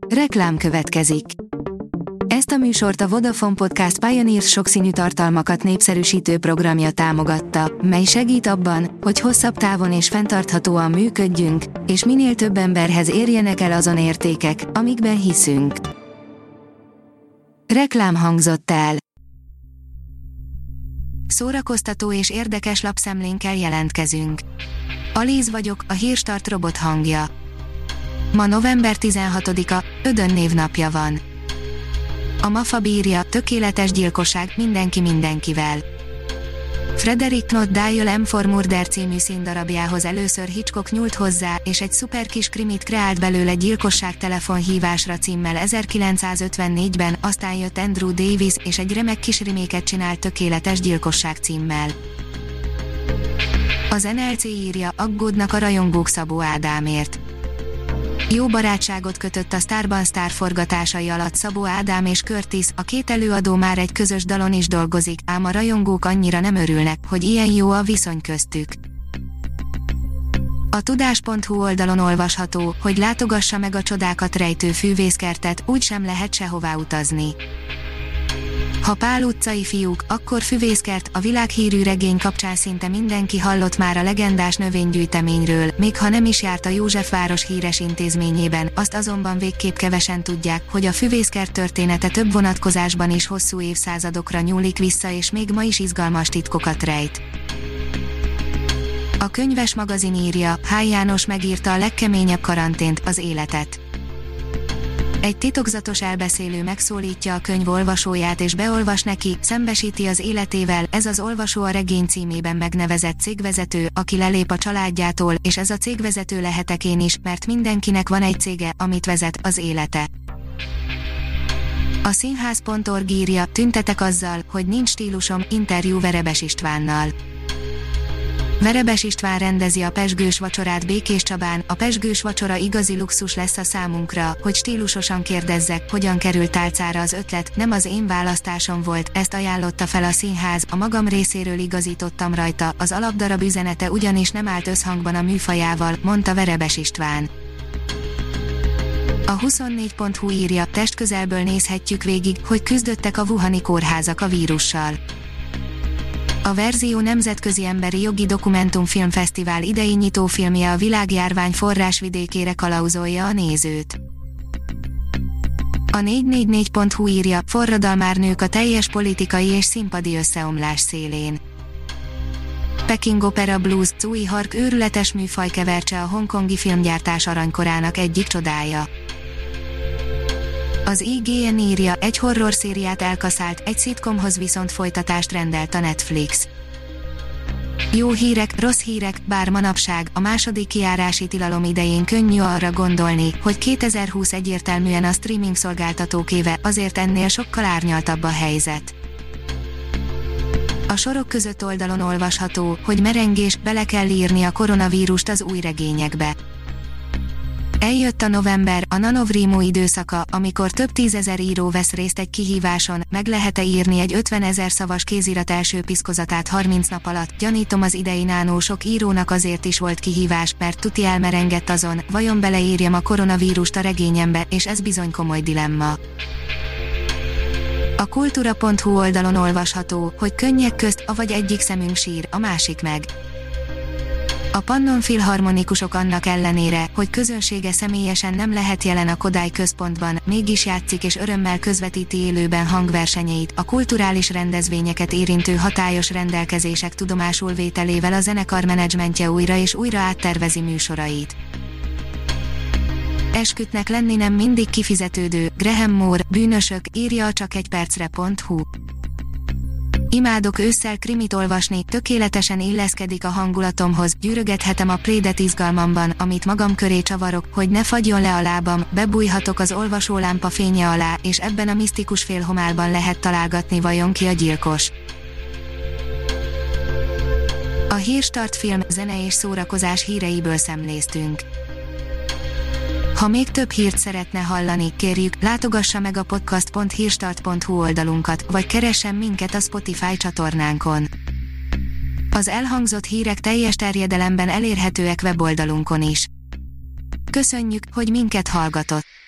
Reklám következik. Ezt a műsort a Vodafone Podcast Pioneers sokszínű tartalmakat népszerűsítő programja támogatta, mely segít abban, hogy hosszabb távon és fenntarthatóan működjünk, és minél több emberhez érjenek el azon értékek, amikben hiszünk. Reklám hangzott el. Szórakoztató és érdekes lapszemlénkkel jelentkezünk. Alíz vagyok, a Hírstart robot hangja. Ma november 16-a, Ödön névnapja van. A MAFA bírja, tökéletes gyilkosság, mindenki mindenkivel. Frederick Knott Dial M for Murder című színdarabjához először Hitchcock nyúlt hozzá, és egy szuper kis krimit kreált belőle Gyilkosság telefonhívásra címmel 1954-ben, aztán jött Andrew Davis, és egy remek kis reméket csinált Tökéletes gyilkosság címmel. Az NLC írja, aggódnak a rajongók Szabó Ádámért. Jó barátságot kötött a Starban Star forgatásai alatt Szabó Ádám és Curtis, a két előadó már egy közös dalon is dolgozik, ám a rajongók annyira nem örülnek, hogy ilyen jó a viszony köztük. A tudás.hu oldalon olvasható, hogy látogassa meg a csodákat rejtő füvészkertet, úgy sem lehet sehová utazni. Ha Pál utcai fiúk, akkor füvészkert, a világhírű regény kapcsán szinte mindenki hallott már a legendás növénygyűjteményről, még ha nem is járt a Józsefváros híres intézményében, azt azonban végképp kevesen tudják, hogy a füvészkert története több vonatkozásban is hosszú évszázadokra nyúlik vissza, és még ma is izgalmas titkokat rejt. A Könyves magazin írja, H. János megírta a legkeményebb karantént, az életet. Egy titokzatos elbeszélő megszólítja a könyv olvasóját és beolvas neki, szembesíti az életével, ez az olvasó a regény címében megnevezett cégvezető, aki lelép a családjától, és ez a cégvezető lehetek én is, mert mindenkinek van egy cége, amit vezet, az élete. A színház.org írja, tüntetek azzal, hogy nincs stílusom, interjú Verebes Istvánnal. Verebes István rendezi a pezsgős vacsorát Békés Csabán, a pezsgős vacsora igazi luxus lesz a számunkra, hogy stílusosan kérdezzek, hogyan került tálcára az ötlet, nem az én választásom volt, ezt ajánlotta fel a színház, a magam részéről igazítottam rajta, az alapdarab üzenete ugyanis nem állt összhangban a műfajával, mondta Verebes István. A 24.hu írja, testközelből nézhetjük végig, hogy küzdöttek a wuhani kórházak a vírussal. A Verzió nemzetközi emberi jogi dokumentumfilmfesztivál idei nyitófilmje a világjárvány forrásvidékére kalauzolja a nézőt. A 444.hu írja, forradalmárnők a teljes politikai és színpadi összeomlás szélén. Peking Opera Blues, Tsui Hark őrületes műfajkevercse a hongkongi filmgyártás aranykorának egyik csodája. Az IGN írja, egy horrorszériát elkaszált, egy szitcomhoz viszont folytatást rendelt a Netflix. Jó hírek, rossz hírek, bár manapság, a második kijárási tilalom idején könnyű arra gondolni, hogy 2020 egyértelműen a streaming szolgáltatók éve, azért ennél sokkal árnyaltabb a helyzet. A sorok között oldalon olvasható, hogy merengés, bele kell írni a koronavírust az új regényekbe. Eljött a november, a NaNoWriMo időszaka, amikor több tízezer író vesz részt egy kihíváson, meg lehet-e írni egy 50 000 szavas kézirat első piszkozatát 30 nap alatt, gyanítom az idei nánó sok írónak azért is volt kihívás, mert tuti elmerengett azon, vajon beleírjam a koronavírust a regényembe, és ez bizony komoly dilemma. A kultúra.hu oldalon olvasható, hogy könnyek közt, avagy egyik szemünk sír, a másik meg. A Pannon filharmonikusok annak ellenére, hogy közönsége személyesen nem lehet jelen a Kodály központban, mégis játszik és örömmel közvetíti élőben hangversenyeit, a kulturális rendezvényeket érintő hatályos rendelkezések tudomásul vételével a zenekar menedzsmentje újra és újra áttervezi műsorait. Eskütnek lenni nem mindig kifizetődő, Graham Moore, bűnösök, írja a csakegypercre.hu. Imádok ősszel krimit olvasni, tökéletesen illeszkedik a hangulatomhoz, gyűrögethetem a plédet izgalmamban, amit magam köré csavarok, hogy ne fagyjon le a lábam, bebújhatok az olvasólámpa fénye alá, és ebben a misztikus félhomálban lehet találgatni vajon ki a gyilkos. A Hírstart film, zene és szórakozás híreiből szemléztünk. Ha még több hírt szeretne hallani, kérjük, látogassa meg a podcast.hírstart.hu oldalunkat, vagy keressen minket a Spotify csatornánkon. Az elhangzott hírek teljes terjedelemben elérhetőek weboldalunkon is. Köszönjük, hogy minket hallgatott!